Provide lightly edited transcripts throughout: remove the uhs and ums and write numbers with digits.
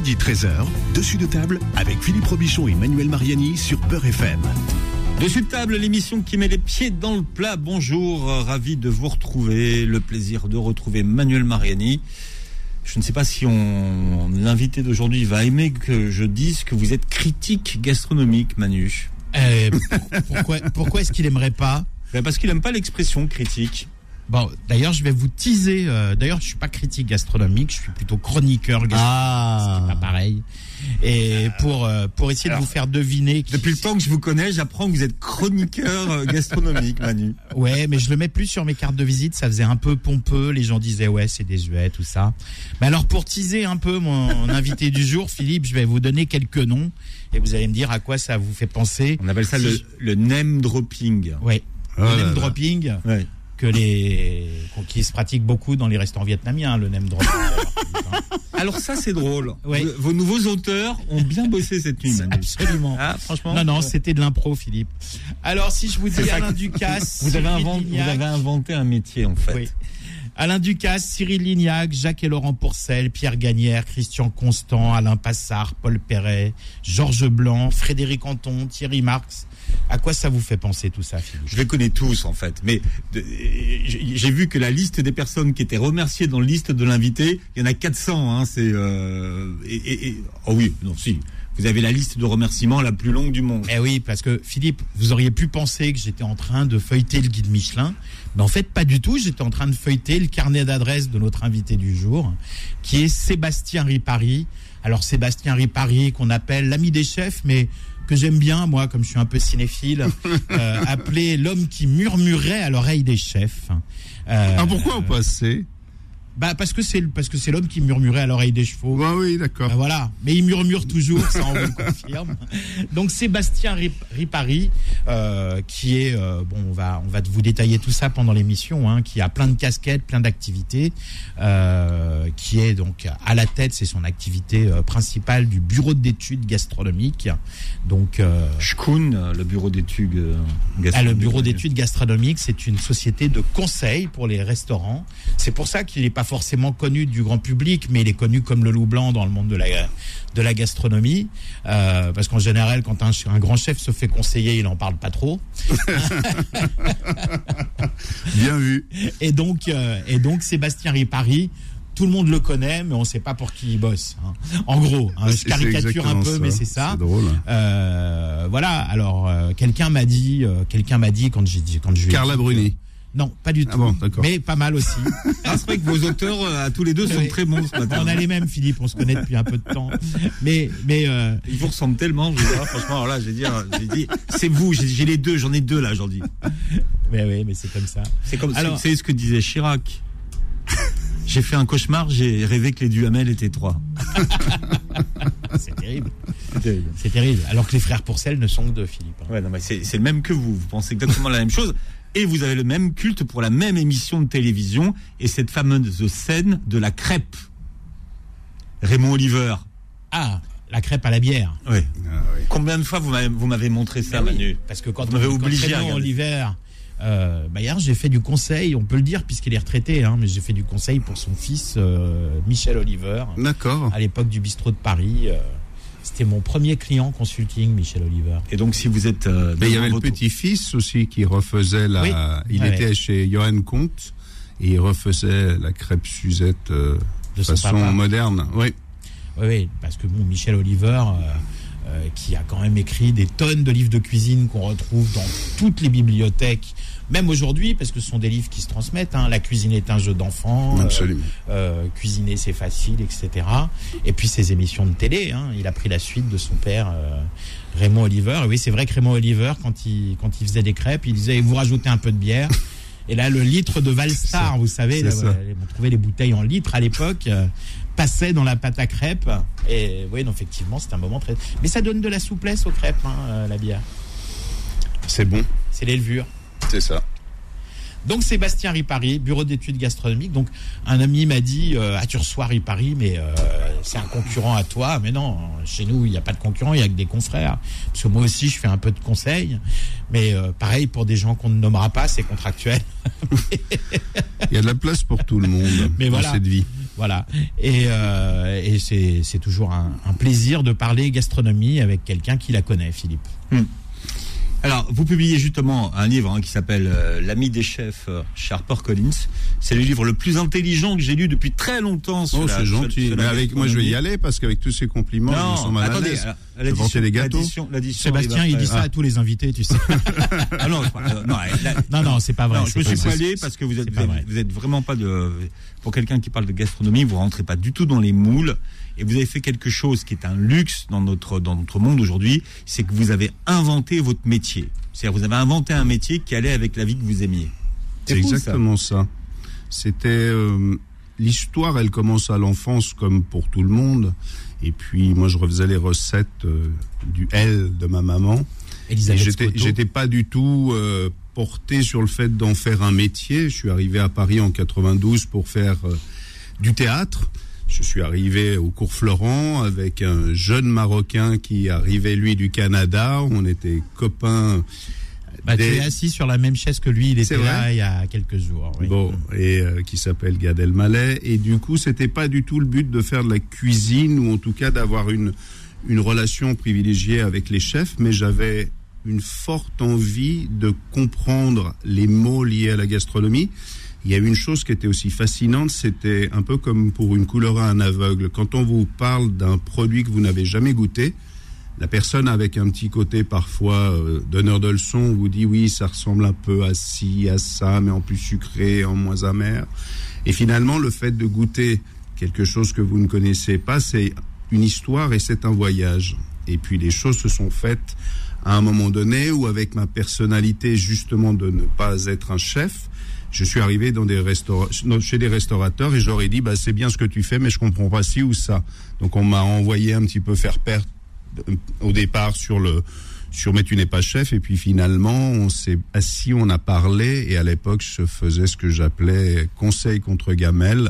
midi 13h, Dessus de table avec Philippe Robichon et Manuel Mariani sur Beurre FM. Dessus de table, l'émission qui met les pieds dans le plat. Bonjour, ravi de vous retrouver. Le plaisir de retrouver Manuel Mariani. Je ne sais pas si l'invité d'aujourd'hui va aimer que je dise que vous êtes critique gastronomique, Manu. Pourquoi est-ce qu'il aimerait pas ? Parce qu'il n'aime pas l'expression critique. Bon, d'ailleurs, je vais vous teaser. D'ailleurs, je suis pas critique gastronomique, je suis plutôt chroniqueur gastronomique. Ce qui n'est pas pareil. Et pour essayer de vous faire deviner. Depuis le temps que je vous connais, j'apprends que vous êtes chroniqueur gastronomique, Manu. Ouais, mais je le mets plus sur mes cartes de visite. Ça faisait un peu pompeux. Les gens disaient ouais, c'est désuet, tout ça. Mais alors, pour teaser un peu mon invité du jour, Philippe, je vais vous donner quelques noms et vous allez me dire à quoi ça vous fait penser. On appelle ça le name dropping. Ouais. Le name dropping. Ouais. Qui se pratique beaucoup dans les restaurants vietnamiens, le name dropping. Alors ça, c'est drôle. Ouais. Vos nouveaux auteurs ont bien bossé cette nuit, Manu. Absolument. Ah, franchement. Non, c'était de l'impro, Philippe. Alors, si je vous dis Alain Ducasse, vous avez inventé un métier, en fait. Oui. Alain Ducasse, Cyril Lignac, Jacques et Laurent Pourcel, Pierre Gagnère, Christian Constant, Alain Passard, Paul Perret, Georges Blanc, Frédéric Anton, Thierry Marx. À quoi ça vous fait penser tout ça, Philippe ? Je les connais tous, en fait. Mais j'ai vu que la liste des personnes qui étaient remerciées dans la liste de l'invité, il y en a 400. Oh oui, non, si. Vous avez la liste de remerciements la plus longue du monde. Eh oui, parce que Philippe, vous auriez pu penser que j'étais en train de feuilleter le guide Michelin, mais en fait pas du tout. J'étais en train de feuilleter le carnet d'adresses de notre invité du jour, qui est Sébastien Ripari. Alors Sébastien Ripari, qu'on appelle l'ami des chefs, mais que j'aime bien, moi, comme je suis un peu cinéphile, appeler l'homme qui murmurait à l'oreille des chefs. Pourquoi au passé ? Parce que c'est l'homme qui murmurait à l'oreille des chevaux. Ah oui, d'accord. Voilà, mais il murmure toujours, ça on vous le confirme. Donc Sébastien Ripari, qui est on va vous détailler tout ça pendant l'émission, qui a plein de casquettes, plein d'activités, qui est donc à la tête, c'est son activité principale du bureau d'études gastronomiques. Donc Schkoun, le bureau d'études gastronomiques. Le bureau d'études gastronomiques, c'est une société de conseil pour les restaurants. C'est pour ça qu'il n'est pas forcément connu du grand public, mais il est connu comme le loup blanc dans le monde de la gastronomie, parce qu'en général, quand un grand chef se fait conseiller, il n'en parle pas trop. Bien vu. Et donc Sébastien Ripari, tout le monde le connaît, mais on ne sait pas pour qui il bosse. En gros, je caricature un peu, ça. Mais c'est ça. C'est drôle. Voilà. Alors, quelqu'un m'a dit quand je Carla Bruni. Non, pas du tout. Bon, d'accord. Mais pas mal aussi. C'est vrai que vos auteurs, à tous les deux, sont très bons ce matin. On a les mêmes, Philippe, on se connaît depuis un peu de temps. Mais ils vous ressemblent tellement, je veux dire, franchement, alors là, j'ai dit, c'est vous, j'ai les deux, j'en ai deux là, j'en dis. Mais oui, mais c'est comme ça. C'est comme, alors, c'est ce que disait Chirac. J'ai fait un cauchemar, j'ai rêvé que les Duhamel étaient 3. C'est terrible. C'est terrible. Alors que les frères Pourcel ne sont que 2, Philippe. Ouais, non, mais c'est le même que vous. Vous pensez exactement la même chose. Et vous avez le même culte pour la même émission de télévision et cette fameuse scène de la crêpe. Raymond Oliver. Ah, la crêpe à la bière. Oui. Ah, oui. Combien de fois vous m'avez montré ça, oui, Manu ? Parce que quand Raymond Oliver... hier, j'ai fait du conseil, on peut le dire puisqu'il est retraité, mais j'ai fait du conseil pour son fils Michel Oliver. D'accord. À l'époque du bistrot de Paris. C'était mon premier client consulting, Michel Oliver. Et donc, si vous êtes... mais il y avait le petit-fils aussi qui refaisait la... Oui. Il était chez Johan Comte et il refaisait la crêpe Suzette de façon moderne. Oui. Oui, parce que Michel Oliver... qui a quand même écrit des tonnes de livres de cuisine qu'on retrouve dans toutes les bibliothèques, même aujourd'hui, parce que ce sont des livres qui se transmettent. La cuisine est un jeu d'enfant. Absolument. Cuisiner, c'est facile, etc. Et puis ses émissions de télé. Il a pris la suite de son père, Raymond Oliver. Et oui, c'est vrai que Raymond Oliver, quand il faisait des crêpes, il disait « vous rajoutez un peu de bière ». Et là, le litre de Valstar, vous savez, on trouvait les bouteilles en litres à l'époque, passait dans la pâte à crêpes. Et oui, non, effectivement, c'est un moment très... Mais ça donne de la souplesse aux crêpes, la bière. C'est bon. C'est les levures. C'est ça. Donc Sébastien Ripari, bureau d'études gastronomiques. Donc un ami m'a dit tu reçois Ripari, mais c'est un concurrent à toi. Mais non, chez nous il n'y a pas de concurrent, il n'y a que des confrères. Parce que moi aussi je fais un peu de conseil, mais pareil pour des gens qu'on ne nommera pas, c'est contractuel. Il y a de la place pour tout le monde dans cette vie. Voilà. Et c'est toujours un plaisir de parler gastronomie avec quelqu'un qui la connaît, Philippe. Alors, vous publiez justement un livre qui s'appelle L'ami des chefs chez HarperCollins. C'est le livre le plus intelligent que j'ai lu depuis très longtemps. C'est gentil. Mais avec moi, je vais y aller parce qu'avec tous ces compliments, je me sens mal à l'aise. L'addition, les gâteaux. Sébastien, il dit ça à tous les invités, tu sais. Non, c'est pas vrai. Non, je me suis pas allé parce que vous êtes vraiment pas pour quelqu'un qui parle de gastronomie, vous rentrez pas du tout dans les moules. Et vous avez fait quelque chose qui est un luxe dans notre monde aujourd'hui, c'est que vous avez inventé votre métier. C'est-à-dire vous avez inventé un métier qui allait avec la vie que vous aimiez. C'est exactement ça. C'était l'histoire, elle commence à l'enfance comme pour tout le monde. Et puis moi je refaisais les recettes du L de ma maman. J'étais pas du tout porté sur le fait d'en faire un métier. Je suis arrivé à Paris en 92 pour faire du théâtre. Je suis arrivé au cours Florent avec un jeune Marocain qui arrivait, lui, du Canada. On était copains. Tu es assis sur la même chaise que lui, il était là il y a quelques jours. Oui. Bon, et qui s'appelle Gad Elmaleh. Et du coup, c'était pas du tout le but de faire de la cuisine ou en tout cas d'avoir une relation privilégiée avec les chefs, mais j'avais une forte envie de comprendre les mots liés à la gastronomie. Il y a une chose qui était aussi fascinante, c'était un peu comme pour une couleur à un aveugle. Quand on vous parle d'un produit que vous n'avez jamais goûté, la personne avec un petit côté parfois donneur de leçons vous dit oui, ça ressemble un peu à ci, à ça, mais en plus sucré, en moins amer. Et finalement, le fait de goûter quelque chose que vous ne connaissez pas, c'est une histoire et c'est un voyage. Et puis les choses se sont faites à un moment donné où avec ma personnalité justement de ne pas être un chef, je suis arrivé dans chez des restaurateurs et j'aurais dit c'est bien ce que tu fais mais je comprends pas ci ou ça. Donc on m'a envoyé un petit peu faire perdre au départ sur mais tu n'es pas chef et puis finalement on s'est assis, on a parlé et à l'époque je faisais ce que j'appelais conseil contre gamelle.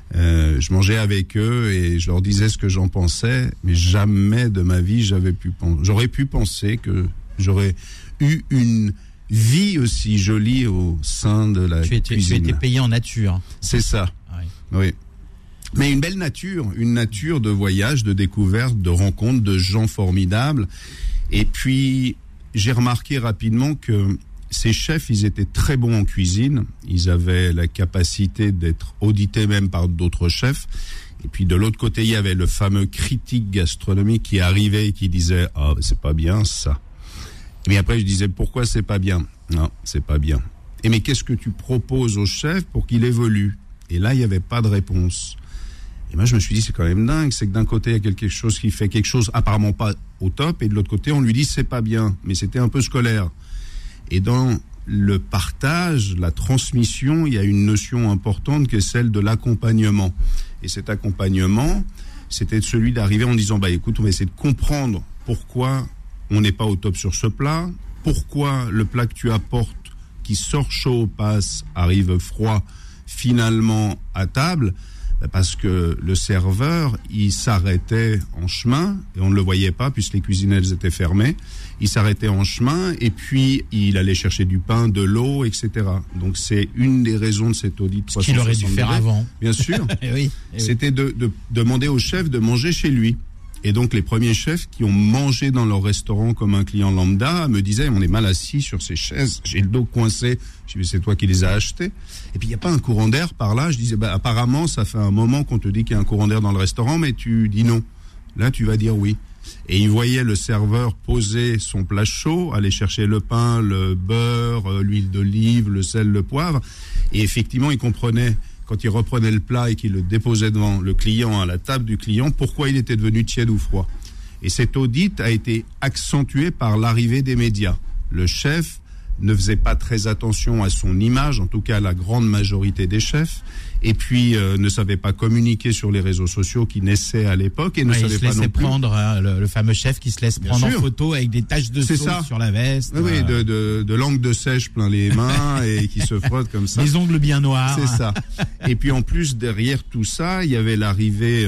Je mangeais avec eux et je leur disais ce que j'en pensais, mais jamais de ma vie j'aurais pu penser que j'aurais eu une vie aussi jolie au sein de la cuisine. Tu étais payé en nature. C'est ça. Oui. Mais une belle nature, une nature de voyage, de découverte, de rencontres, de gens formidables. Et puis, j'ai remarqué rapidement que ces chefs, ils étaient très bons en cuisine. Ils avaient la capacité d'être audités même par d'autres chefs. Et puis, de l'autre côté, il y avait le fameux critique gastronomique qui arrivait et qui disait « Ah, c'est pas bien ça ». Mais après, je disais, pourquoi c'est pas bien? Non, c'est pas bien. Et mais qu'est-ce que tu proposes au chef pour qu'il évolue? Et là, il n'y avait pas de réponse. Et moi, je me suis dit, c'est quand même dingue. C'est que d'un côté, il y a quelque chose qui fait quelque chose apparemment pas au top. Et de l'autre côté, on lui dit, c'est pas bien. Mais c'était un peu scolaire. Et dans le partage, la transmission, il y a une notion importante qui est celle de l'accompagnement. Et cet accompagnement, c'était celui d'arriver en disant, écoute, on va essayer de comprendre pourquoi on n'est pas au top sur ce plat. Pourquoi le plat que tu apportes, qui sort chaud, arrive froid, finalement à table? Parce que le serveur, il s'arrêtait en chemin, et on ne le voyait pas, puisque les cuisines, elles étaient fermées. Il s'arrêtait en chemin, et puis il allait chercher du pain, de l'eau, etc. Donc c'est une des raisons de cet audit 360 Ce qu'il aurait dû faire avant. Bien sûr. Oui. C'était de demander au chef de manger chez lui. Et donc les premiers chefs qui ont mangé dans leur restaurant comme un client lambda me disaient, on est mal assis sur ces chaises, j'ai le dos coincé. Je dis, c'est toi qui les as achetés. Et puis il n'y a pas un courant d'air par là. Je disais, apparemment ça fait un moment qu'on te dit qu'il y a un courant d'air dans le restaurant, mais tu dis non. Là tu vas dire oui. Et il voyait le serveur poser son plat chaud, aller chercher le pain, le beurre, l'huile d'olive, le sel, le poivre. Et effectivement il comprenait, quand il reprenait le plat et qu'il le déposait devant le client, à la table du client, pourquoi il était devenu tiède ou froid. Et cet audit a été accentué par l'arrivée des médias. Le chef ne faisait pas très attention à son image, en tout cas la grande majorité des chefs, et puis ne savait pas communiquer sur les réseaux sociaux qui naissaient à l'époque, et ne savait pas non plus... prendre, le fameux chef qui se laisse prendre en photo avec des taches de sauce sur la veste. Oui, de langue de sèche plein les mains et qui se frotte comme ça. Les ongles bien noirs. C'est ça. Et puis en plus, derrière tout ça, il y avait l'arrivée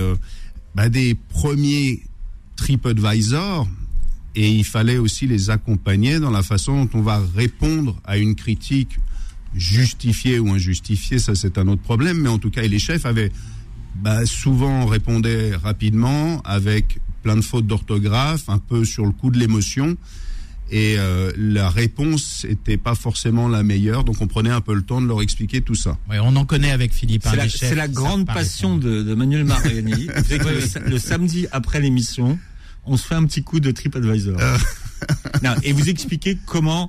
des premiers TripAdvisor, et il fallait aussi les accompagner dans la façon dont on va répondre à une critique justifiée ou injustifiée, ça c'est un autre problème, mais en tout cas, et les chefs avaient Souvent on répondait rapidement avec plein de fautes d'orthographe, un peu sur le coup de l'émotion. Et la réponse n'était pas forcément la meilleure, donc on prenait un peu le temps de leur expliquer tout ça. Oui, on en connaît avec Philippe. C'est la grande passion de Manuel Mariani. C'est que le samedi après l'émission, on se fait un petit coup de TripAdvisor. Non, et vous expliquez comment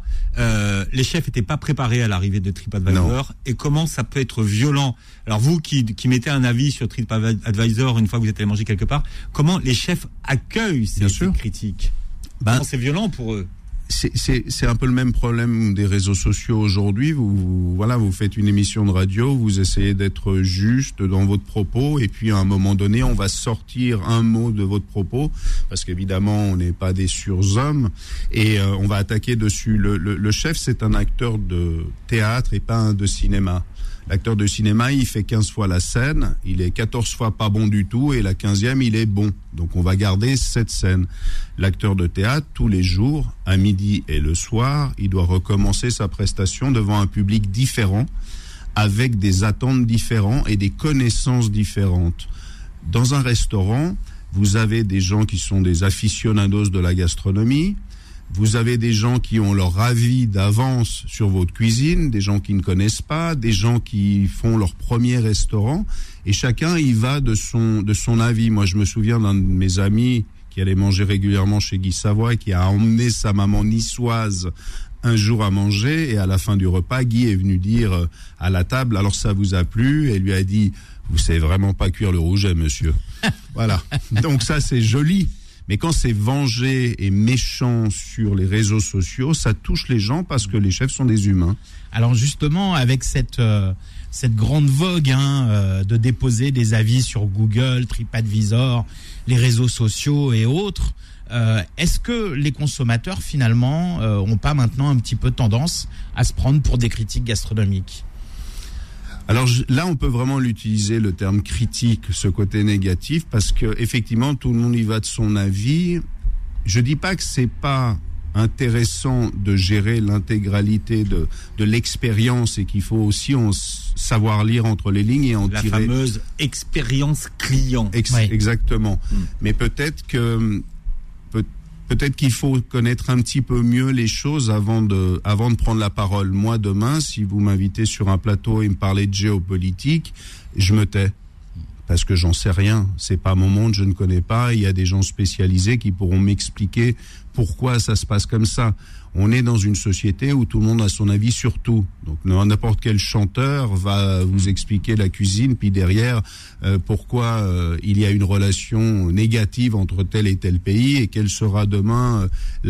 les chefs n'étaient pas préparés à l'arrivée de TripAdvisor et comment ça peut être violent. Alors vous qui mettez un avis sur TripAdvisor une fois que vous êtes allé manger quelque part, comment les chefs accueillent ces critiques? Comment c'est violent pour eux? C'est un peu le même problème des réseaux sociaux aujourd'hui. Vous faites une émission de radio, vous essayez d'être juste dans votre propos, et puis à un moment donné, on va sortir un mot de votre propos, parce qu'évidemment, on n'est pas des surhommes, et on va attaquer dessus. Le chef, c'est un acteur de théâtre et pas un de cinéma. L'acteur de cinéma, il fait 15 fois la scène, il est 14 fois pas bon du tout, et la 15e, il est bon. Donc on va garder cette scène. L'acteur de théâtre, tous les jours, à midi et le soir, il doit recommencer sa prestation devant un public différent, avec des attentes différentes et des connaissances différentes. Dans un restaurant, vous avez des gens qui sont des aficionados de la gastronomie. Vous avez des gens qui ont leur avis d'avance sur votre cuisine, des gens qui ne connaissent pas, des gens qui font leur premier restaurant, et chacun y va de son avis. Moi, je me souviens d'un de mes amis qui allait manger régulièrement chez Guy Savoy, qui a emmené sa maman niçoise un jour à manger, et à la fin du repas, Guy est venu dire à la table, alors ça vous a plu? Et lui a dit, vous savez vraiment pas cuire le rouget, monsieur. Voilà. Donc ça, c'est joli. Mais quand c'est vengé et méchant sur les réseaux sociaux, ça touche les gens parce que les chefs sont des humains. Alors justement, avec cette grande vogue de déposer des avis sur Google, TripAdvisor, les réseaux sociaux et autres, est-ce que les consommateurs finalement ont pas maintenant un petit peu tendance à se prendre pour des critiques gastronomiques ? Alors là, on peut vraiment l'utiliser, le terme critique, ce côté négatif, parce que effectivement, tout le monde y va de son avis. Je dis pas que c'est pas intéressant de gérer l'intégralité de l'expérience, et qu'il faut aussi savoir lire entre les lignes et en tirer. La fameuse expérience client. Exactement. Mais peut-être qu'il faut connaître un petit peu mieux les choses avant de prendre la parole. Moi, demain, si vous m'invitez sur un plateau et me parlez de géopolitique, je me tais. Parce que j'en sais rien. C'est pas mon monde, je ne connais pas. Il y a des gens spécialisés qui pourront m'expliquer pourquoi ça se passe comme ça. On est dans une société où tout le monde a son avis sur tout. Donc n'importe quel chanteur va vous expliquer la cuisine, puis derrière pourquoi il y a une relation négative entre tel et tel pays, et quel sera demain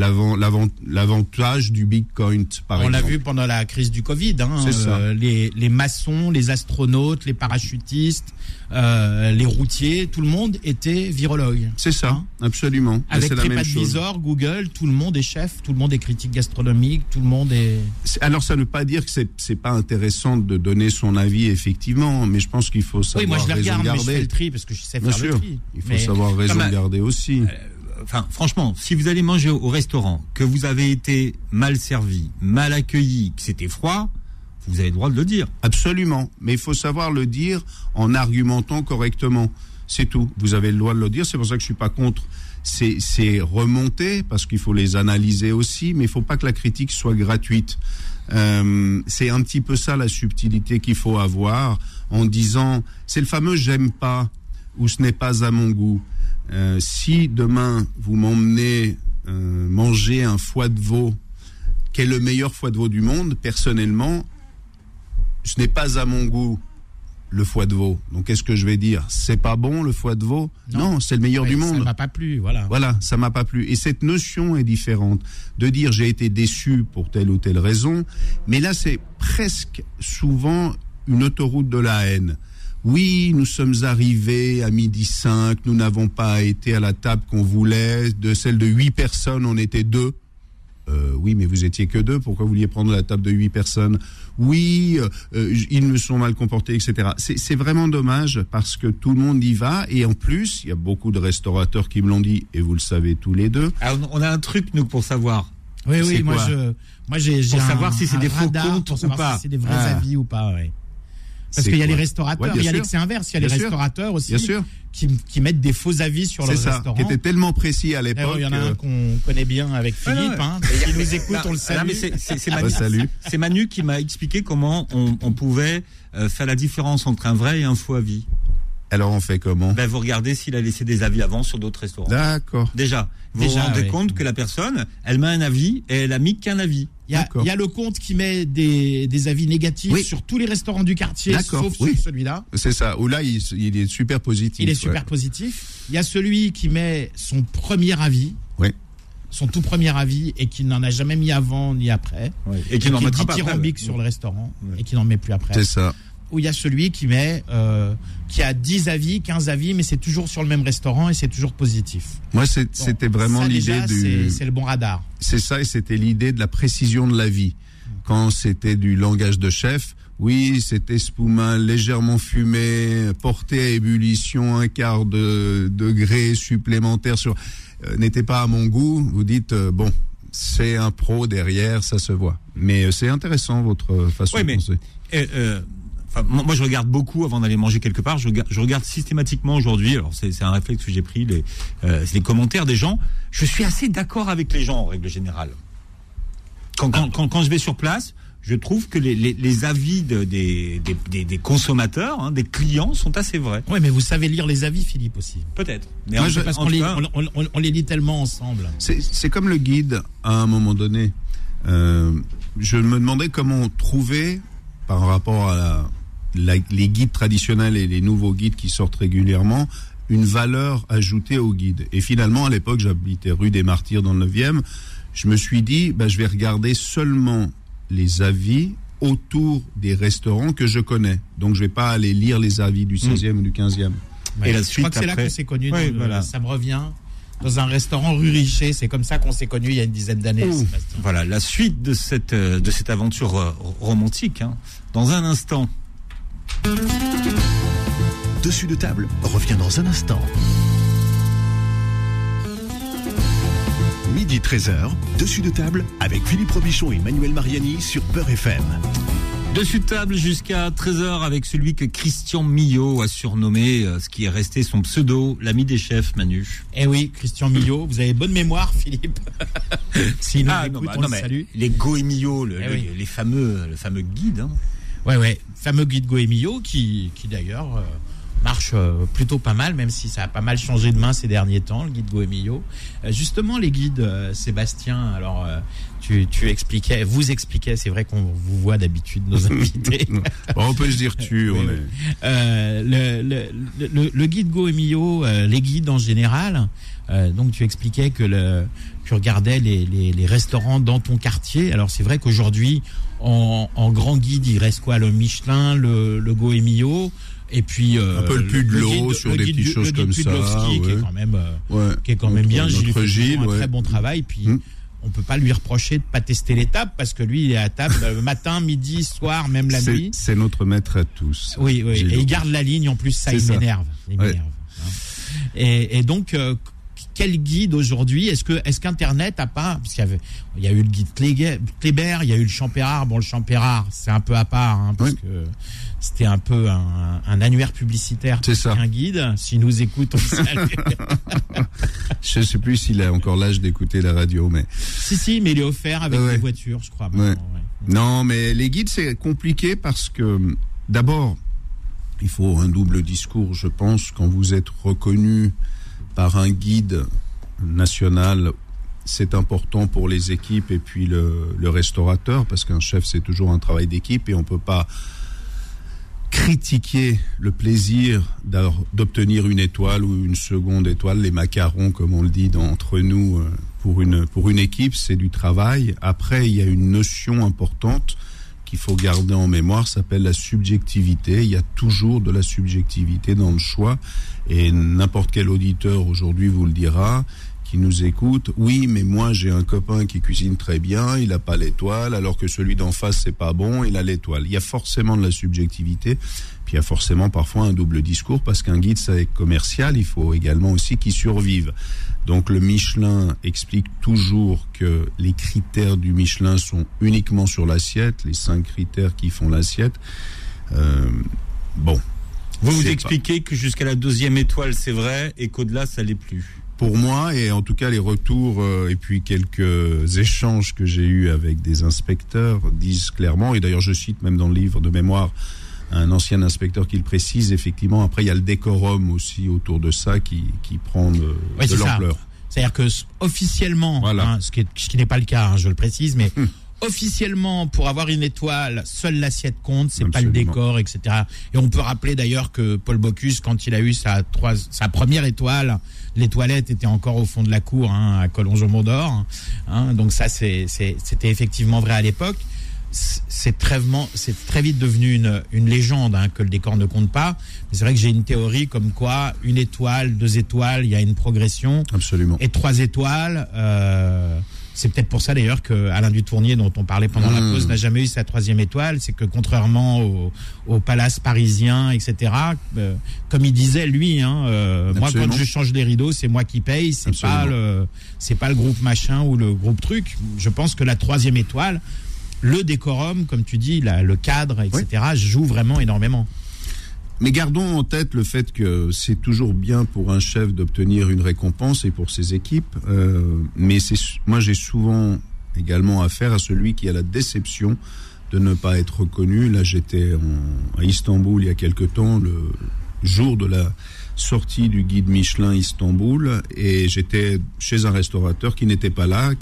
l'avantage du Bitcoin, par exemple. On l'a vu pendant la crise du Covid. C'est ça. Les maçons, les astronautes, les parachutistes, les routiers, tout le monde était virologue. C'est ça, absolument. Avec c'est TripAdvisor, Google, tout le monde est chef, tout le monde est critique gastronomique, tout le monde est... Alors ça ne veut pas dire que c'est pas intéressant de donner son avis, effectivement, mais je pense qu'il faut savoir raison garder. Oui, moi je les regarde, mais je fais le tri parce que je sais faire le tri. Il faut savoir raison garder aussi. Franchement, si vous allez manger au restaurant, que vous avez été mal servi, mal accueilli, que c'était froid, vous avez le droit de le dire. Absolument, mais il faut savoir le dire en argumentant correctement. C'est tout. Vous avez le droit de le dire, c'est pour ça que je suis pas contre. C'est remonter, parce qu'il faut les analyser aussi, mais il faut pas que la critique soit gratuite. C'est un petit peu ça la subtilité qu'il faut avoir, en disant, c'est le fameux j'aime pas, ou ce n'est pas à mon goût. Si demain vous m'emmenez manger un foie de veau, qui est le meilleur foie de veau du monde, personnellement, ce n'est pas à mon goût. Le foie de veau. Donc, qu'est-ce que je vais dire? C'est pas bon, le foie de veau? Non, c'est le meilleur du monde. Ça m'a pas plu, voilà. Voilà, ça m'a pas plu. Et cette notion est différente. De dire j'ai été déçu pour telle ou telle raison. Mais là, c'est presque souvent une autoroute de la haine. Oui, nous sommes arrivés à 12h05, nous n'avons pas été à la table qu'on voulait. De celle de 8 personnes, on était 2. Oui, mais vous étiez que 2, pourquoi vous vouliez prendre la table de 8 personnes? Oui, ils me sont mal comportés, etc. C'est vraiment dommage, parce que tout le monde y va, et en plus, il y a beaucoup de restaurateurs qui me l'ont dit, et vous le savez tous les deux. Alors, on a un truc, nous, pour savoir. Oui, moi j'ai pour savoir si c'est des faux comptes pour ou savoir pas. si c'est des vrais avis ou pas, ouais. Parce qu'il y a les restaurateurs, il y a l'excès inverse, il y a les restaurateurs aussi qui mettent des faux avis sur le restaurant. Qui était tellement précis à l'époque. Il y en a un qu'on connaît bien avec Philippe, qui nous écoute, on le salue. C'est Manu qui m'a expliqué comment on pouvait faire la différence entre un vrai et un faux avis. Alors on fait comment ? Vous regardez s'il a laissé des avis avant sur d'autres restaurants. D'accord. Déjà, vous vous rendez compte que la personne, elle met un avis et elle a mis qu'un avis. Il y a le compte qui met des avis négatifs sur tous les restaurants du quartier, sauf sur celui-là. C'est ça. Ou là, il est super positif. Il est super positif. Il y a celui qui met son premier avis. Oui. Son tout premier avis et qui n'en a jamais mis avant ni après. Oui. Et qui n'en mettra pas après. Dithyrambique sur le restaurant et qui n'en met plus après. C'est ça. Où il y a celui qui met, qui a 10 avis, 15 avis, mais c'est toujours sur le même restaurant et c'est toujours positif. Moi, c'était vraiment l'idée c'est le bon radar. C'est ça, et c'était l'idée de la précision de l'avis. Quand c'était du langage de chef, oui, c'était spuma légèrement fumé, porté à ébullition, 1/4 de degré supplémentaire n'était pas à mon goût. Vous dites, bon, c'est un pro derrière, ça se voit. Mais c'est intéressant, votre façon de penser. Moi, je regarde beaucoup avant d'aller manger quelque part. Je regarde systématiquement aujourd'hui. Alors, c'est un réflexe que j'ai pris. Les commentaires des gens. Je suis assez d'accord avec les gens en règle générale. Quand je vais sur place, je trouve que les avis des consommateurs, des clients, sont assez vrais. Oui, mais vous savez lire les avis, Philippe, aussi. Peut-être. Mais parce qu'on les lit tellement ensemble. C'est comme le guide à un moment donné. Je me demandais comment trouver, par rapport à les guides traditionnels et les nouveaux guides qui sortent régulièrement, une valeur ajoutée aux guides. Et finalement, à l'époque, j'habitais rue des Martyrs dans le 9e, je me suis dit, je vais regarder seulement les avis autour des restaurants que je connais. Donc, je vais pas aller lire les avis du 16e ou du 15e. Ouais, et la suite, je crois que c'est là qu'on s'est connus. Ça me revient. Dans un restaurant rue Richer, c'est comme ça qu'on s'est connus il y a une dizaine d'années. Voilà, la suite de cette aventure romantique, dans un instant. Dessus de table revient dans un instant. Midi 13h, Dessus de table avec Philippe Robichon et Manuel Mariani sur Beurre FM. Dessus de table jusqu'à 13h avec celui que Christian Millot a surnommé, ce qui est resté son pseudo, l'ami des chefs, Manu. Eh oui, Christian Millot, vous avez bonne mémoire, Philippe. S'il nous écoute, on le salue. Les Goemio, le fameux guide. Ouais, fameux guide Goemio qui d'ailleurs marche plutôt pas mal, même si ça a pas mal changé de main ces derniers temps, le guide Goemio. Justement, les guides, Sébastien, alors vous expliquais, c'est vrai qu'on vous voit d'habitude, nos invités. On peut se dire le guide Goemio, les guides en général, donc tu expliquais que tu regardais les restaurants dans ton quartier. Alors c'est vrai qu'aujourd'hui, en grand guide, il reste quoi? Le Michelin, le Goemio, et puis un peu le Puy-de-Dôme sur des petites choses comme ça, qui est quand même bien. Gilles fait un très bon travail. Puis on peut pas lui reprocher de pas tester les tables, parce que lui, il est à table matin, midi, soir, même la nuit. C'est notre maître à tous. Oui. Et il garde la ligne. En plus, ça, il m'énerve. Et donc, quel guide aujourd'hui? Est-ce qu'Internet a pas, parce qu'il y a eu le guide Kléber, il y a eu le Champérard. Bon, le Champérard, c'est un peu à part, parce que c'était un peu un annuaire publicitaire. C'est ça. Un guide. S'il nous écoute, on le salue. Je sais plus s'il a encore l'âge d'écouter la radio, mais. Si, mais il est offert avec des voitures, je crois. Non, mais les guides, c'est compliqué parce que, d'abord, il faut un double discours, je pense, quand vous êtes reconnu par un guide national. C'est important pour les équipes et puis le restaurateur, parce qu'un chef, c'est toujours un travail d'équipe et on peut pas critiquer le plaisir d'obtenir une étoile ou une seconde étoile, les macarons, comme on le dit entre nous, pour une équipe, c'est du travail. Après, il y a une notion importante qu'il faut garder en mémoire, ça s'appelle la subjectivité. Il y a toujours de la subjectivité dans le choix, et n'importe quel auditeur aujourd'hui vous le dira, qui nous écoute. Oui, mais moi j'ai un copain qui cuisine très bien, il n'a pas l'étoile, alors que celui d'en face c'est pas bon, il a l'étoile. Il y a forcément de la subjectivité, puis il y a forcément parfois un double discours, parce qu'un guide c'est commercial, il faut également aussi qu'il survive. Donc le Michelin explique toujours que les critères du Michelin sont uniquement sur l'assiette, les 5 critères qui font l'assiette. Bon. Vous expliquez que jusqu'à la 2e étoile, c'est vrai, et qu'au-delà, ça l'est plus. Pour moi, et en tout cas les retours et puis quelques échanges que j'ai eus avec des inspecteurs disent clairement, et d'ailleurs je cite même dans le livre de mémoire un ancien inspecteur qui le précise, effectivement, après il y a le décorum aussi autour de ça qui prend de l'ampleur. C'est-à-dire que officiellement, voilà. Ce qui n'est pas le cas, je le précise, mais officiellement, pour avoir une étoile, seule l'assiette compte, c'est pas le décor, etc. Et on peut rappeler d'ailleurs que Paul Bocuse, quand il a eu sa première étoile, les toilettes étaient encore au fond de la cour, à Collonges-au-Mont-d'Or. Donc ça, c'était effectivement vrai à l'époque. C'est très vite devenu une légende que le décor ne compte pas. Mais c'est vrai que j'ai une théorie comme quoi 1 étoile, 2 étoiles, il y a une progression. Absolument. Et 3 étoiles, c'est peut-être pour ça d'ailleurs que Alain Dutournier, dont on parlait pendant la pause, n'a jamais eu sa 3e étoile. C'est que contrairement au palace parisien, etc., comme il disait lui, moi quand je change les rideaux, c'est moi qui paye, c'est pas le groupe machin ou le groupe truc. Je pense que la 3e étoile, le décorum, comme tu dis, le cadre, etc., joue vraiment énormément. Mais gardons en tête le fait que c'est toujours bien pour un chef d'obtenir une récompense et pour ses équipes. Mais moi, j'ai souvent également affaire à celui qui a la déception de ne pas être reconnu. Là, j'étais à Istanbul il y a quelque temps, le jour de la sortie du guide Michelin Istanbul, et j'étais chez un restaurateur qui n'était pas là,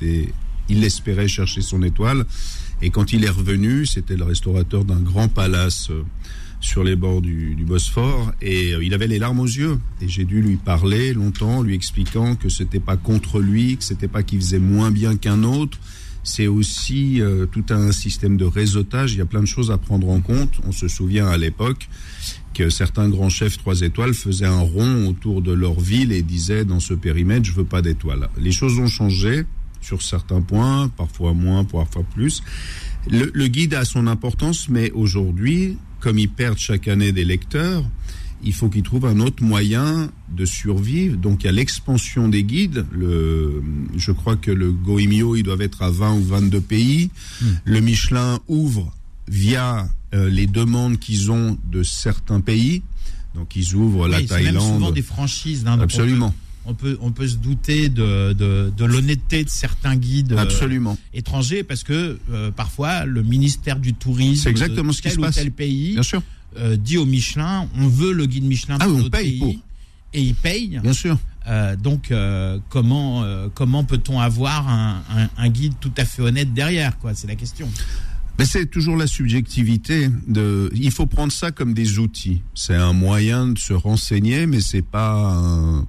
il espérait chercher son étoile, et quand il est revenu, c'était le restaurateur d'un grand palace sur les bords du Bosphore, et il avait les larmes aux yeux, et j'ai dû lui parler longtemps, lui expliquant que c'était pas contre lui, que c'était pas qu'il faisait moins bien qu'un autre, c'est aussi tout un système de réseautage, il y a plein de choses à prendre en compte. On se souvient à l'époque que certains grands chefs 3 étoiles faisaient un rond autour de leur ville et disaient dans ce périmètre, je veux pas d'étoiles. Les choses ont changé sur certains points, parfois moins, parfois plus. Le guide a son importance, mais aujourd'hui, comme ils perdent chaque année des lecteurs, il faut qu'ils trouvent un autre moyen de survivre. Donc il y a l'expansion des guides. Je crois que le Goemio, ils doivent être à 20 ou 22 pays. Le Michelin ouvre via les demandes qu'ils ont de certains pays. Donc ils ouvrent la Thaïlande. C'est même souvent des franchises. Absolument. On peut se douter de l'honnêteté de certains guides étrangers, parce que parfois le ministère du tourisme c'est exactement de ce qui tel se ou passe. tel pays Bien sûr. dit au Michelin, on veut le guide Michelin pour notre pays, et il paye. Bien sûr. Donc comment peut-on avoir un guide tout à fait honnête derrière, quoi? C'est la question. Mais c'est toujours la subjectivité. Il faut prendre ça comme des outils. C'est un moyen de se renseigner, mais c'est pas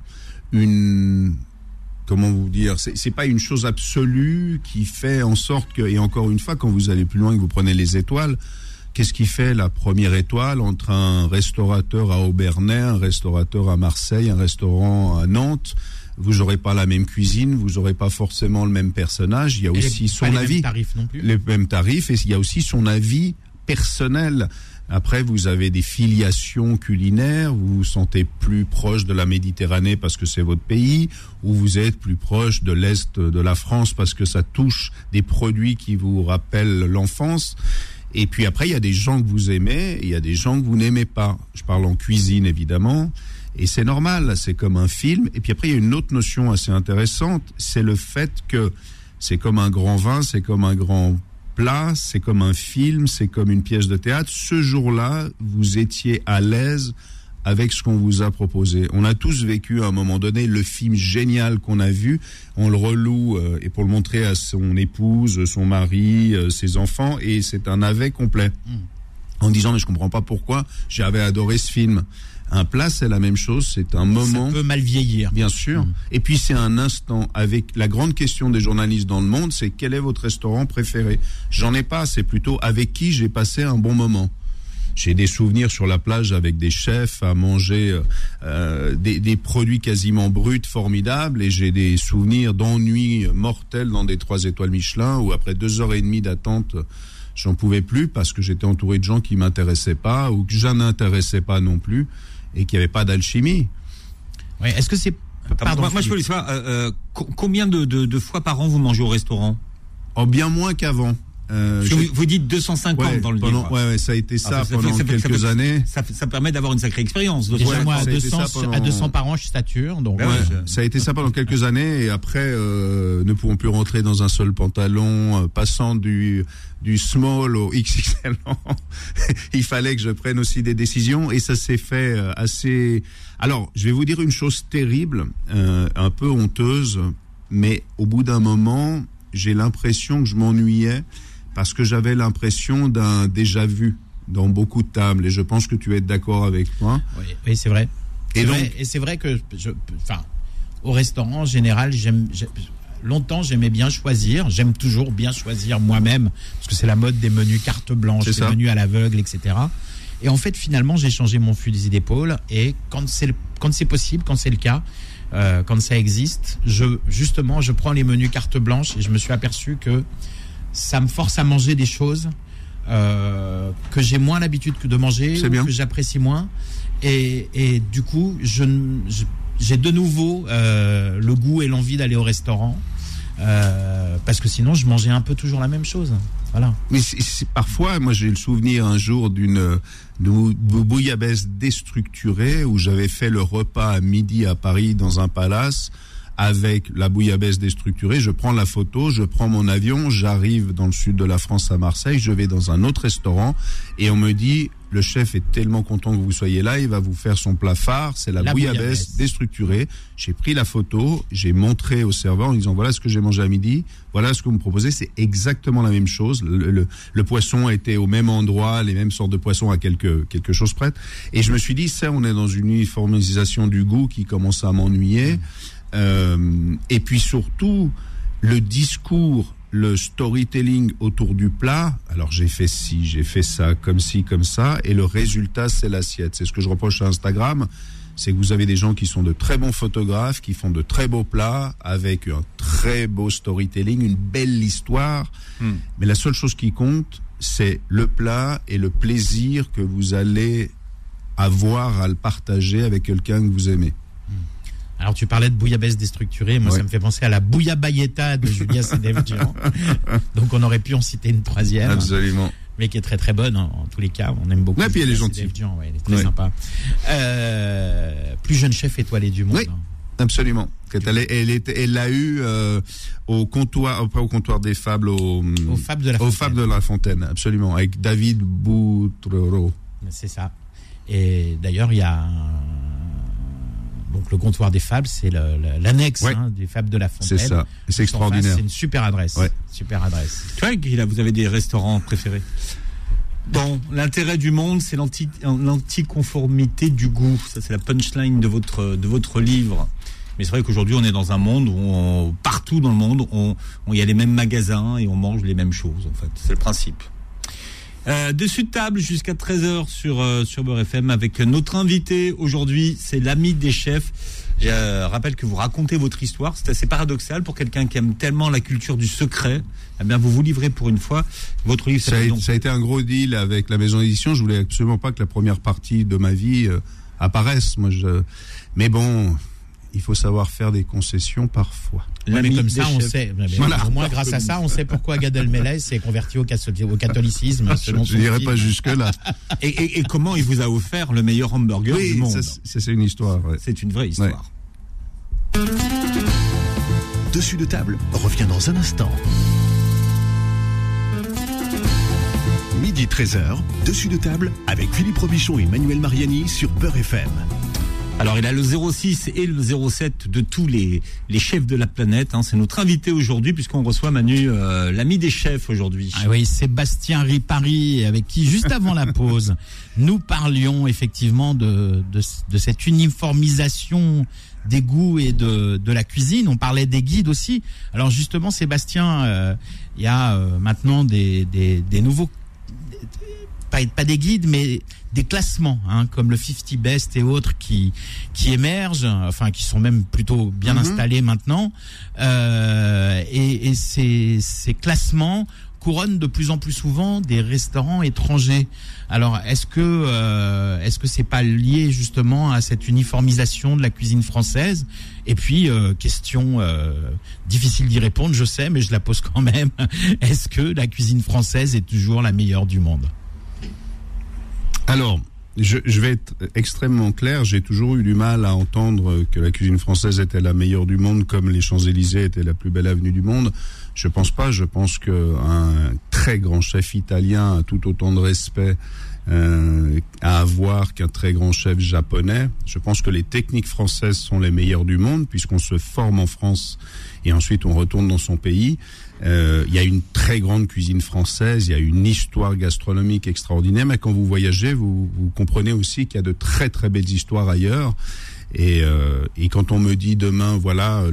comment vous dire, c'est pas une chose absolue qui fait en sorte que, et encore une fois, quand vous allez plus loin, que vous prenez les étoiles, qu'est-ce qui fait la première étoile entre un restaurateur à Aubernais, un restaurateur à Marseille, un restaurant à Nantes? Vous n'aurez pas la même cuisine, vous n'aurez pas forcément le même personnage, il y a aussi son avis. Les mêmes tarifs non plus. Les mêmes tarifs, et il y a aussi son avis personnel. Après, vous avez des filiations culinaires, vous vous sentez plus proche de la Méditerranée parce que c'est votre pays, ou vous êtes plus proche de l'Est de la France parce que ça touche des produits qui vous rappellent l'enfance. Et puis après, il y a des gens que vous aimez et il y a des gens que vous n'aimez pas. Je parle en cuisine, évidemment. Et c'est normal, c'est comme un film. Et puis après, il y a une autre notion assez intéressante, c'est le fait que c'est comme un grand vin, c'est comme un grand plat, c'est comme un film, c'est comme une pièce de théâtre. Ce jour-là, vous étiez à l'aise avec ce qu'on vous a proposé. On a tous vécu à un moment donné le film génial qu'on a vu, on le reloue et pour le montrer à son épouse, son mari, ses enfants, et c'est un navet complet. En disant, mais je comprends pas pourquoi j'avais adoré ce film. Un plat, c'est la même chose, c'est un moment. Ça peut mal vieillir. Bien sûr. Et puis c'est un instant. Avec la grande question des journalistes dans le monde, c'est quel est votre restaurant préféré? J'en ai pas, c'est plutôt avec qui j'ai passé un bon moment. J'ai des souvenirs sur la plage avec des chefs à manger des produits quasiment bruts, formidables, et j'ai des souvenirs d'ennuis mortels dans des 3 étoiles Michelin où après 2h30 d'attente, j'en pouvais plus parce que j'étais entouré de gens qui m'intéressaient pas ou que je n'intéressais pas non plus et qu'il n'y avait pas d'alchimie. Oui, est-ce que c'est... Pardon, moi je voulais savoir, combien de fois par an vous mangez au restaurant? Oh, bien moins qu'avant. Vous dites 250 dans le livre. Ouais, ça a été ça pendant quelques années. Ça permet d'avoir une sacrée expérience. Déjà, moi, à 200 par an, je stature. Donc, ça a été ça pendant quelques années. Et après, ne pouvons plus rentrer dans un seul pantalon, passant du small au XXL. Il fallait que je prenne aussi des décisions. Et ça s'est fait assez... Alors, je vais vous dire une chose terrible, un peu honteuse, mais au bout d'un moment, j'ai l'impression que je m'ennuyais parce que j'avais l'impression d'un déjà vu dans beaucoup de tables. Et je pense que tu vas être d'accord avec moi. Oui, c'est vrai. Et c'est vrai que, au restaurant, en général, longtemps, j'aimais bien choisir. J'aime toujours bien choisir moi-même, parce que c'est la mode des menus carte blanche, des menus à l'aveugle, etc. Et en fait, finalement, j'ai changé mon fusil d'épaule. Et quand c'est possible, quand c'est le cas, quand ça existe, je prends les menus carte blanche et je me suis aperçu que ça me force à manger des choses que j'ai moins l'habitude de manger, que j'apprécie moins. Et du coup, j'ai de nouveau le goût et l'envie d'aller au restaurant. Parce que sinon, je mangeais un peu toujours la même chose. Voilà. Mais parfois, moi, j'ai le souvenir un jour d'une bouillabaisse déstructurée où j'avais fait le repas à midi à Paris dans un palace avec la bouillabaisse déstructurée. Je prends la photo, je prends mon avion, j'arrive dans le sud de la France à Marseille, je vais dans un autre restaurant et on me dit le chef est tellement content que vous soyez là, il va vous faire son plat phare, c'est la bouillabaisse déstructurée. J'ai pris la photo, j'ai montré au serveur en disant voilà ce que j'ai mangé à midi, voilà ce que vous me proposez, c'est exactement la même chose. Le poisson était au même endroit, les mêmes sortes de poissons à quelque chose près. Et je me suis dit ça, on est dans une uniformisation du goût qui commence à m'ennuyer. Et puis surtout le discours, le storytelling autour du plat. Alors j'ai fait ci, j'ai fait ça, comme ci, comme ça, et le résultat c'est l'assiette. C'est ce que je reproche à Instagram, c'est que vous avez des gens qui sont de très bons photographes, qui font de très beaux plats avec un très beau storytelling, une belle histoire. Mais la seule chose qui compte, c'est le plat et le plaisir que vous allez avoir à le partager avec quelqu'un que vous aimez. Alors, tu parlais de bouillabaisse déstructurée. Moi, ça me fait penser à la bouillabayetta de Julia Sedevjian. Donc, on aurait pu en citer une troisième. Absolument. Mais qui est très, très bonne, en tous les cas. On aime beaucoup. Ouais, puis elle est gentille. Elle est très sympa. Plus jeune chef étoilé du monde. Oui, absolument. Elle l'a eu au comptoir, pas au comptoir des fables, au Fables de la Fontaine. Absolument. Avec David Boutreau. C'est ça. Et d'ailleurs, il y a donc le comptoir des fables, c'est l'annexe des fables de la Fontaine. C'est ça, c'est extraordinaire. C'est une super adresse. Ouais. Super adresse. Tu vois, Guy, là, vous avez des restaurants préférés? Bon, l'intérêt du monde, c'est l'anticonformité du goût. Ça, c'est la punchline de votre livre. Mais c'est vrai qu'aujourd'hui, on est dans un monde où partout dans le monde, il y a les mêmes magasins et on mange les mêmes choses, en fait. C'est le principe. Dessus de table jusqu'à 13h sur Beurre FM avec notre invité aujourd'hui, c'est l'ami des chefs. Je rappelle que vous racontez votre histoire, c'est assez paradoxal pour quelqu'un qui aime tellement la culture du secret. Eh bien, vous livrez pour une fois votre livre. Ça a été un gros deal avec la maison d'édition. Je voulais absolument pas que la première partie de ma vie apparaisse. Mais bon, il faut savoir faire des concessions parfois. Mais comme ça, on sait. Voilà. Au moins, grâce à ça, on sait pourquoi Gad Elmaleh s'est converti au catholicisme. Je n'irai pas jusque-là. Et comment il vous a offert le meilleur hamburger du monde. C'est une histoire. Ouais. C'est une vraie histoire. Ouais. Dessus de table revient dans un instant. Midi 13h, Dessus de table avec Philippe Robichon et Manuel Mariani sur Beurre FM. Alors, il a le 06 et le 07 de tous les chefs de la planète. C'est notre invité aujourd'hui, puisqu'on reçoit Manu, l'ami des chefs aujourd'hui. Ah oui, Sébastien Ripari, avec qui, juste avant la pause, nous parlions effectivement de cette uniformisation des goûts et de la cuisine. On parlait des guides aussi. Alors justement, Sébastien, il y a maintenant des nouveaux... Pas des guides, mais des classements, comme le 50 Best et autres qui émergent, enfin qui sont même plutôt bien installés maintenant. Et ces classements couronne de plus en plus souvent des restaurants étrangers. Alors, est-ce que c'est pas lié justement à cette uniformisation de la cuisine française? Et puis, question difficile d'y répondre, je sais, mais je la pose quand même. Est-ce que la cuisine française est toujours la meilleure du monde? Alors, je vais être extrêmement clair. J'ai toujours eu du mal à entendre que la cuisine française était la meilleure du monde, comme les Champs-Élysées étaient la plus belle avenue du monde. Je pense pas. Je pense qu'un très grand chef italien a tout autant de respect à avoir qu'un très grand chef japonais. Je pense que les techniques françaises sont les meilleures du monde, puisqu'on se forme en France et ensuite on retourne dans son pays. Il y a une très grande cuisine française, il y a une histoire gastronomique extraordinaire, mais quand vous voyagez, vous comprenez aussi qu'il y a de très très belles histoires ailleurs. Et quand on me dit demain, voilà,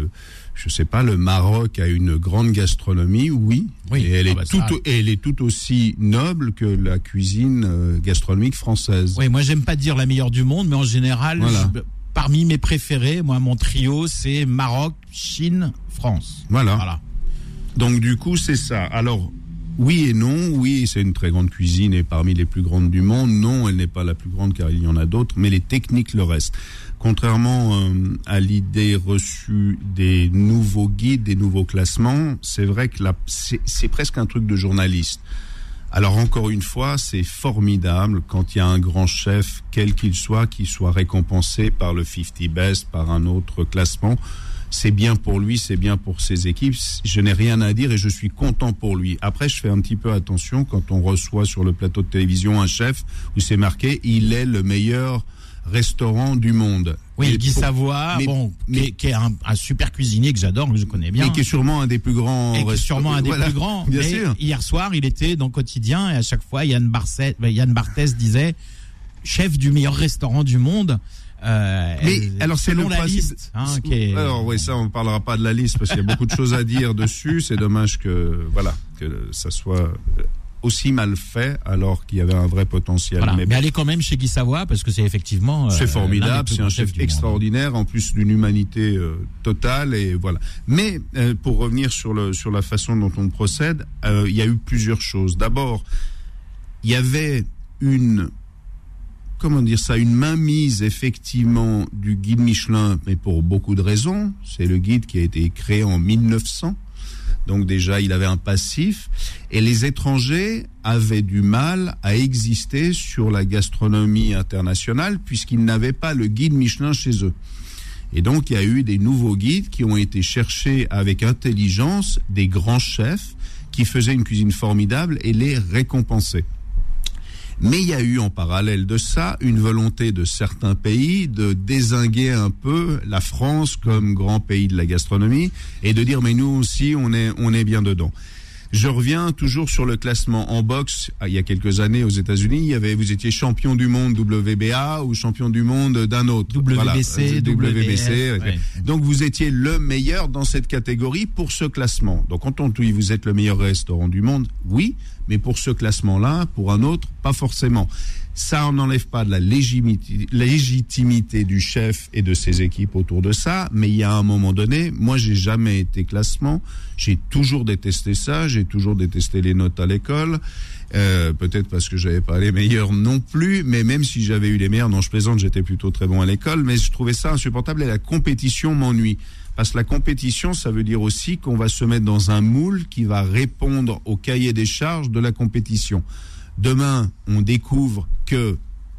je sais pas, le Maroc a une grande gastronomie, oui, et elle est tout aussi noble que la cuisine gastronomique française. Oui, moi j'aime pas dire la meilleure du monde, mais en général, voilà. Parmi mes préférés, moi mon trio c'est Maroc, Chine, France. Voilà. Donc du coup c'est ça. Alors oui et non, oui c'est une très grande cuisine et parmi les plus grandes du monde. Non, elle n'est pas la plus grande car il y en a d'autres, mais les techniques le restent. Contrairement à l'idée reçue des nouveaux guides, des nouveaux classements, c'est vrai que c'est presque un truc de journaliste. Alors encore une fois, c'est formidable quand il y a un grand chef, quel qu'il soit, qui soit récompensé par le 50 Best, par un autre classement. C'est bien pour lui, c'est bien pour ses équipes. Je n'ai rien à dire et je suis content pour lui. Après, je fais un petit peu attention quand on reçoit sur le plateau de télévision un chef où c'est marqué « Il est le meilleur restaurant du monde ». Oui, Guy Savoie, qui est un super cuisinier que j'adore, que je connais bien. Et qui est sûrement un des plus grands. Et qui est sûrement un des plus grands. Bien sûr. Hier soir, il était dans Quotidien et à chaque fois, Yann Barthès disait chef du meilleur restaurant du monde. Mais alors c'est selon le la principe. liste. Alors oui, ça on parlera pas de la liste parce qu'il y a beaucoup de choses à dire dessus. C'est dommage que ça soit aussi mal fait alors qu'il y avait un vrai potentiel. Voilà. Mais allez quand même chez Guy Savoie parce que c'est effectivement c'est formidable, c'est un chef extraordinaire en plus d'une humanité totale et voilà. Mais pour revenir sur la façon dont on procède, il y a eu plusieurs choses. D'abord, il y avait une mainmise effectivement du guide Michelin, mais pour beaucoup de raisons. C'est le guide qui a été créé en 1900. Donc déjà, il avait un passif. Et les étrangers avaient du mal à exister sur la gastronomie internationale puisqu'ils n'avaient pas le guide Michelin chez eux. Et donc, il y a eu des nouveaux guides qui ont été cherchés avec intelligence des grands chefs qui faisaient une cuisine formidable et les récompensaient. Mais il y a eu en parallèle de ça une volonté de certains pays de dézinguer un peu la France comme grand pays de la gastronomie et de dire mais nous aussi on est bien dedans. Je reviens toujours sur le classement en boxe. Il y a quelques années aux États-Unis, vous étiez champion du monde WBA ou champion du monde d'un autre. WBC, WBC. Ouais. Donc vous étiez le meilleur dans cette catégorie pour ce classement. Donc quand on dit vous êtes le meilleur restaurant du monde, oui, mais pour ce classement-là, pour un autre, pas forcément. Ça n'enlève pas de la légitimité du chef et de ses équipes autour de ça, mais il y a un moment donné, moi j'ai jamais été classement, j'ai toujours détesté ça, j'ai toujours détesté les notes à l'école, peut-être parce que j'avais pas les meilleurs non plus, mais même si j'avais eu les meilleurs, non je plaisante, j'étais plutôt très bon à l'école, mais je trouvais ça insupportable et la compétition m'ennuie. Parce que la compétition, ça veut dire aussi qu'on va se mettre dans un moule qui va répondre au cahier des charges de la compétition. Demain, on découvre que,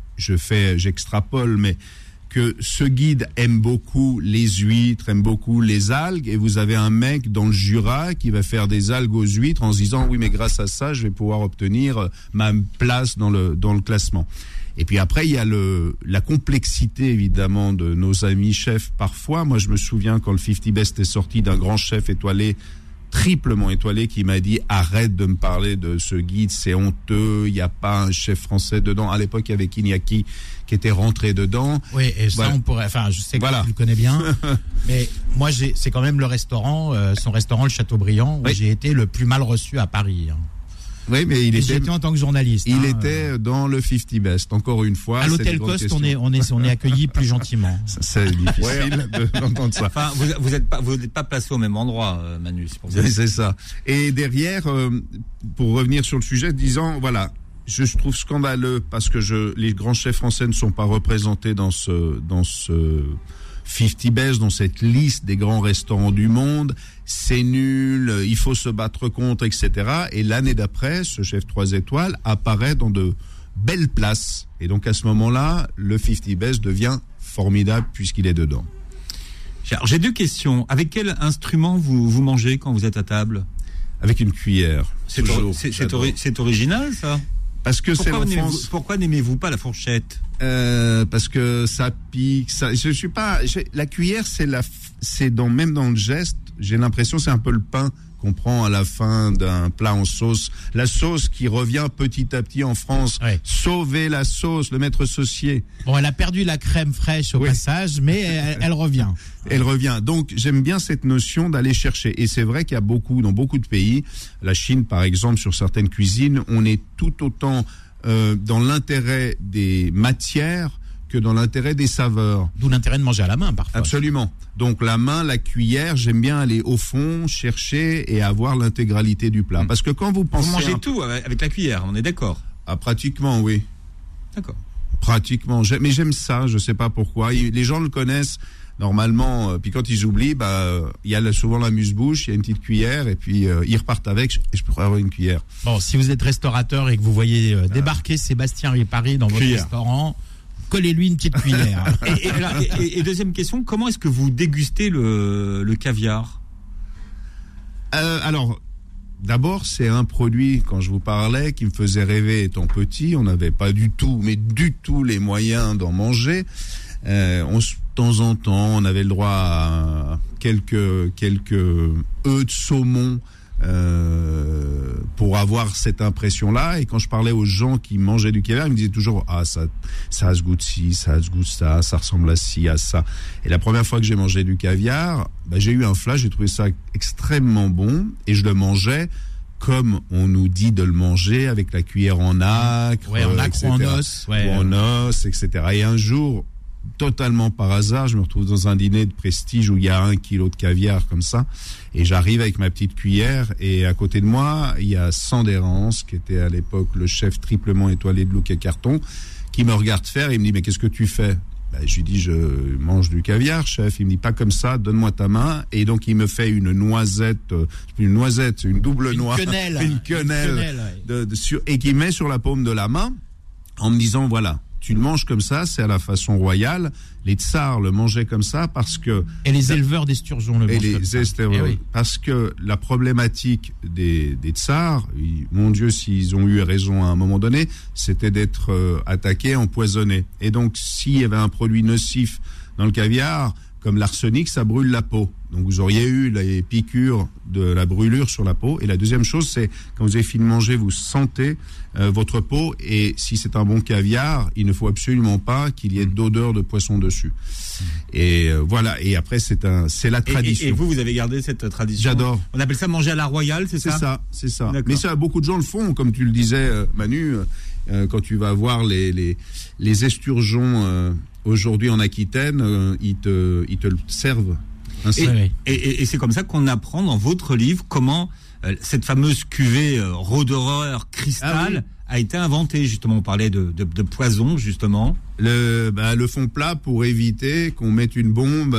j'extrapole, mais que ce guide aime beaucoup les huîtres, aime beaucoup les algues, et vous avez un mec dans le Jura qui va faire des algues aux huîtres en se disant oui, mais grâce à ça, je vais pouvoir obtenir ma place dans le classement. Et puis après, il y a la complexité, évidemment, de nos amis chefs. Parfois, moi, je me souviens quand le 50 Best est sorti d'un grand chef étoilé, triplement étoilé, qui m'a dit « Arrête de me parler de ce guide, c'est honteux, il n'y a pas un chef français dedans. » À l'époque, il y avait Kinyaki qui était rentré dedans. Oui, et ça, voilà. On pourrait... Enfin, je sais que tu le connais bien, mais moi, c'est quand même le restaurant, son restaurant, le Chateaubriand, où j'ai été le plus mal reçu à Paris. Oui, mais j'étais en tant que journaliste. Il était dans le 50 Best. Encore une fois. À l'hôtel Coste, on est accueillis plus gentiment. C'est difficile d'entendre ça. Enfin, vous n'êtes pas placé au même endroit, Manu. C'est pour ça. C'est ça. Et derrière, pour revenir sur le sujet, disant, voilà, je trouve scandaleux parce que les grands chefs français ne sont pas représentés dans ce 50 Best, dans cette liste des grands restaurants du monde. C'est nul, il faut se battre contre, etc. Et l'année d'après, ce chef 3 étoiles apparaît dans de belles places. Et donc à ce moment-là, le 50 Best devient formidable puisqu'il est dedans. Alors, j'ai 2 questions. Avec quel instrument vous mangez quand vous êtes à table ? Avec une cuillère. C'est original, ça ? Parce que c'est l'enfance. Pourquoi n'aimez-vous pas la fourchette ? Parce que ça pique. Je suis pas. La cuillère, même dans le geste. J'ai l'impression c'est un peu le pain qu'on prend à la fin d'un plat en sauce. La sauce qui revient petit à petit en France. Ouais. Sauver la sauce, le maître saucier. Bon, elle a perdu la crème fraîche au passage, mais elle revient. Elle revient. Donc, j'aime bien cette notion d'aller chercher. Et c'est vrai qu'il y a dans beaucoup de pays, la Chine par exemple, sur certaines cuisines, on est tout autant dans l'intérêt des matières que dans l'intérêt des saveurs. D'où l'intérêt de manger à la main, parfois. Absolument. Donc la main, la cuillère, j'aime bien aller au fond, chercher et avoir l'intégralité du plat. Parce que quand vous pensez... Vous mangez tout avec la cuillère, on est d'accord ? Ah, pratiquement, oui. D'accord. Pratiquement. Mais j'aime ça, je sais pas pourquoi. Les gens le connaissent normalement, puis quand ils oublient, il y a souvent l'amuse-bouche, il y a une petite cuillère, et puis ils repartent avec, et je pourrais avoir une cuillère. Bon, si vous êtes restaurateur et que vous voyez débarquer Sébastien Ripari dans votre restaurant... Collez-lui une petite cuillère. et deuxième question, comment est-ce que vous dégustez le caviar ? Alors, d'abord, c'est un produit, quand je vous parlais, qui me faisait rêver étant petit. On n'avait pas du tout les moyens d'en manger. De temps en temps, on avait le droit à quelques œufs de saumon pour avoir cette impression-là. Et quand je parlais aux gens qui mangeaient du caviar, ils me disaient toujours ça a ce goût de ci, ça a ce goût de ça ressemble à ci, à ça. Et la première fois que j'ai mangé du caviar, j'ai eu un flash, j'ai trouvé ça extrêmement bon et je le mangeais comme on nous dit de le manger, avec la cuillère en acre, ou en os, ou en os, etc. Et un jour, totalement par hasard, je me retrouve dans un dîner de prestige où il y a 1 kilo de caviar comme ça, et j'arrive avec ma petite cuillère, et à côté de moi, il y a Sandérance, qui était à l'époque le chef triplement étoilé de Look et Carton, qui me regarde faire, et il me dit, mais qu'est-ce que tu fais ? Je lui dis, je mange du caviar, chef. Il me dit, pas comme ça, donne-moi ta main. Et donc, il me fait une double noix. Une quenelle. Et qu'il met sur la paume de la main, en me disant, voilà, tu le manges comme ça, c'est à la façon royale. Les tsars le mangeaient comme ça parce que... Et les éleveurs d'esturgeons le mangent comme ça. Parce que la problématique des tsars, mon Dieu, s'ils ont eu raison à un moment donné, c'était d'être attaqués, empoisonnés. Et donc, s'il y avait un produit nocif dans le caviar, comme l'arsenic, ça brûle la peau. Donc vous auriez eu les piqûres de la brûlure sur la peau. Et la deuxième chose, c'est quand vous avez fini de manger, vous sentez votre peau. Et si c'est un bon caviar, il ne faut absolument pas qu'il y ait d'odeur de poisson dessus. Et voilà. Et après, c'est la tradition. Et vous avez gardé cette tradition ? J'adore. On appelle ça manger à la royale, c'est ça ? C'est ça. Mais ça, beaucoup de gens le font, comme tu le disais, Manu. Quand tu vas voir les esturgeons aujourd'hui en Aquitaine, ils te le servent. Et c'est comme ça qu'on apprend dans votre livre comment cette fameuse cuvée Roederer Cristal a été inventée. Justement, on parlait de poison, justement. Le fond plat pour éviter qu'on mette une bombe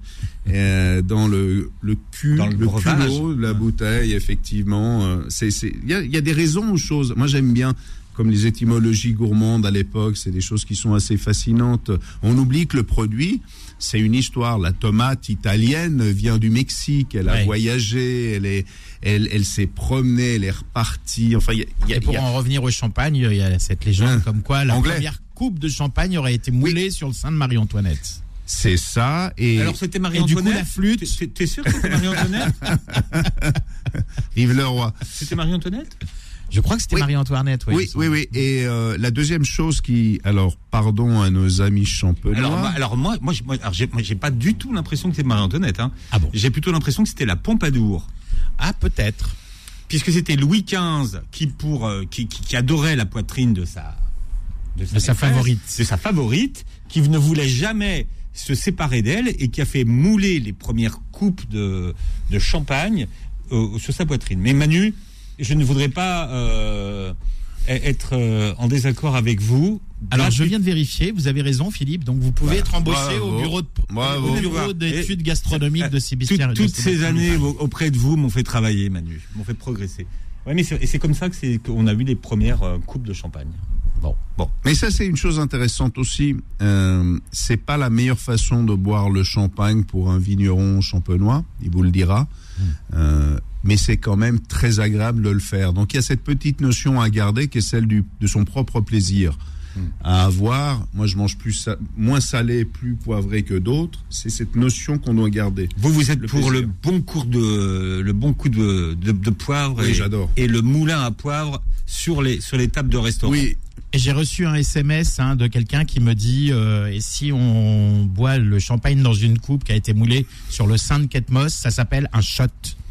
dans le culot de la bouteille, effectivement. Il y a des raisons aux choses. Moi, j'aime bien, comme les étymologies gourmandes à l'époque, c'est des choses qui sont assez fascinantes. On oublie que le produit, c'est une histoire. La tomate italienne vient du Mexique. Elle a voyagé, elle s'est promenée, elle est repartie. Enfin, pour en revenir au champagne, il y a cette légende comme quoi la première coupe de champagne aurait été moulée sur le sein de Marie-Antoinette. C'est ça. Et alors c'était Marie-Antoinette. Et du coup, la flûte. T'es sûr que c'était Marie-Antoinette ? Vive le roi. C'était Marie-Antoinette ? Je crois que c'était Marie-Antoinette. Oui. Et la deuxième chose pardon à nos amis champenois. Alors moi, j'ai pas du tout l'impression que c'était Marie-Antoinette. Hein. Ah bon ? J'ai plutôt l'impression que c'était la Pompadour. Ah, peut-être. puisque c'était Louis XV qui adorait la poitrine de sa favorite, qui ne voulait jamais se séparer d'elle et qui a fait mouler les premières coupes de champagne sur sa poitrine. Mais Manu, je ne voudrais pas être en désaccord avec vous. Alors, je viens de vérifier, vous avez raison, Philippe, donc vous pouvez être embauché au bureau d'études gastronomiques de Sébastien. Toutes ces années auprès de vous m'ont fait travailler, Manu, m'ont fait progresser. Ouais, mais c'est comme ça qu'on a vu les premières coupes de champagne. Bon. Mais ça, c'est une chose intéressante aussi. C'est pas la meilleure façon de boire le champagne pour un vigneron champenois, il vous le dira. Mais c'est quand même très agréable de le faire. Donc il y a cette petite notion à garder qui est celle de son propre plaisir à avoir. Moi, je mange moins salé, plus poivré que d'autres. C'est cette notion qu'on doit garder. Vous êtes pour le bon coup de poivre. Oui, j'adore. Et le moulin à poivre sur les tables de restaurant. Oui. Et j'ai reçu un SMS de quelqu'un qui me dit et si on boit le champagne dans une coupe qui a été moulée sur le sein de Kate Moss, ça s'appelle un shot.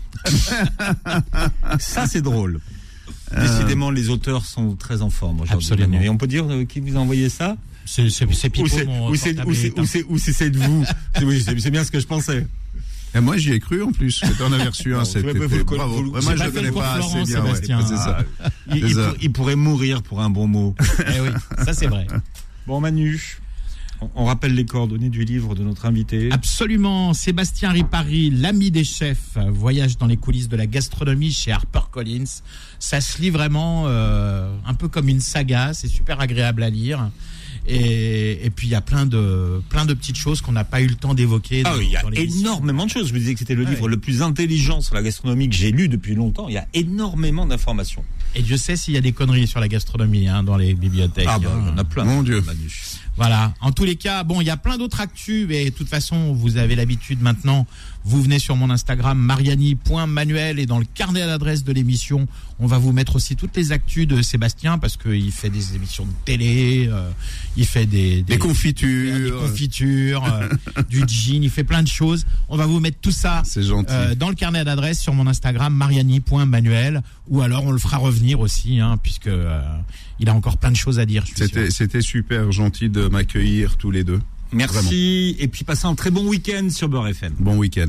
Ça, c'est drôle. Décidément, les auteurs sont très en forme aujourd'hui. Absolument. Et on peut dire qui vous a envoyé ça? C'est Pipo, ou c'est de vous. C'est bien ce que je pensais. Et moi, j'y ai cru en plus. Que t'en avais reçu un cet été. Bravo. Moi, je le connais pas assez bien. Sébastien. C'est ça. Il pourrait mourir pour un bon mot. Eh oui, ça c'est vrai. Bon, Manu, on rappelle les coordonnées du livre de notre invité. Absolument. Sébastien Ripari, l'ami des chefs, voyage dans les coulisses de la gastronomie chez HarperCollins. Ça se lit vraiment un peu comme une saga. C'est super agréable à lire. Et puis il y a plein de petites choses qu'on n'a pas eu le temps d'évoquer. Il y a énormément de choses. Je vous disais que c'était le livre le plus intelligent sur la gastronomie que j'ai lu depuis longtemps. Il y a énormément d'informations. Et Dieu sait s'il y a des conneries sur la gastronomie dans les bibliothèques. Il y en a plein. Mon Dieu. Voilà. En tous les cas, il y a plein d'autres actus, mais de toute façon, vous avez l'habitude maintenant. Vous venez sur mon Instagram, mariani.manuel, et dans le carnet d'adresse de l'émission, on va vous mettre aussi toutes les actus de Sébastien, parce qu'il fait des émissions de télé, il fait des confitures, du gin, il fait plein de choses. On va vous mettre tout ça dans le carnet d'adresse sur mon Instagram, mariani.manuel, ou alors on le fera revenir aussi, puisque il a encore plein de choses à dire. C'était super gentil de m'accueillir tous les deux. Merci. Vraiment. Et puis passez un très bon week-end sur Beurre FM. Bon week-end.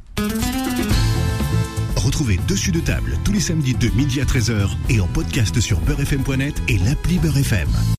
Retrouvez Dessus de table tous les samedis de midi à 13h et en podcast sur beurrefm.net et l'appli Beurre FM.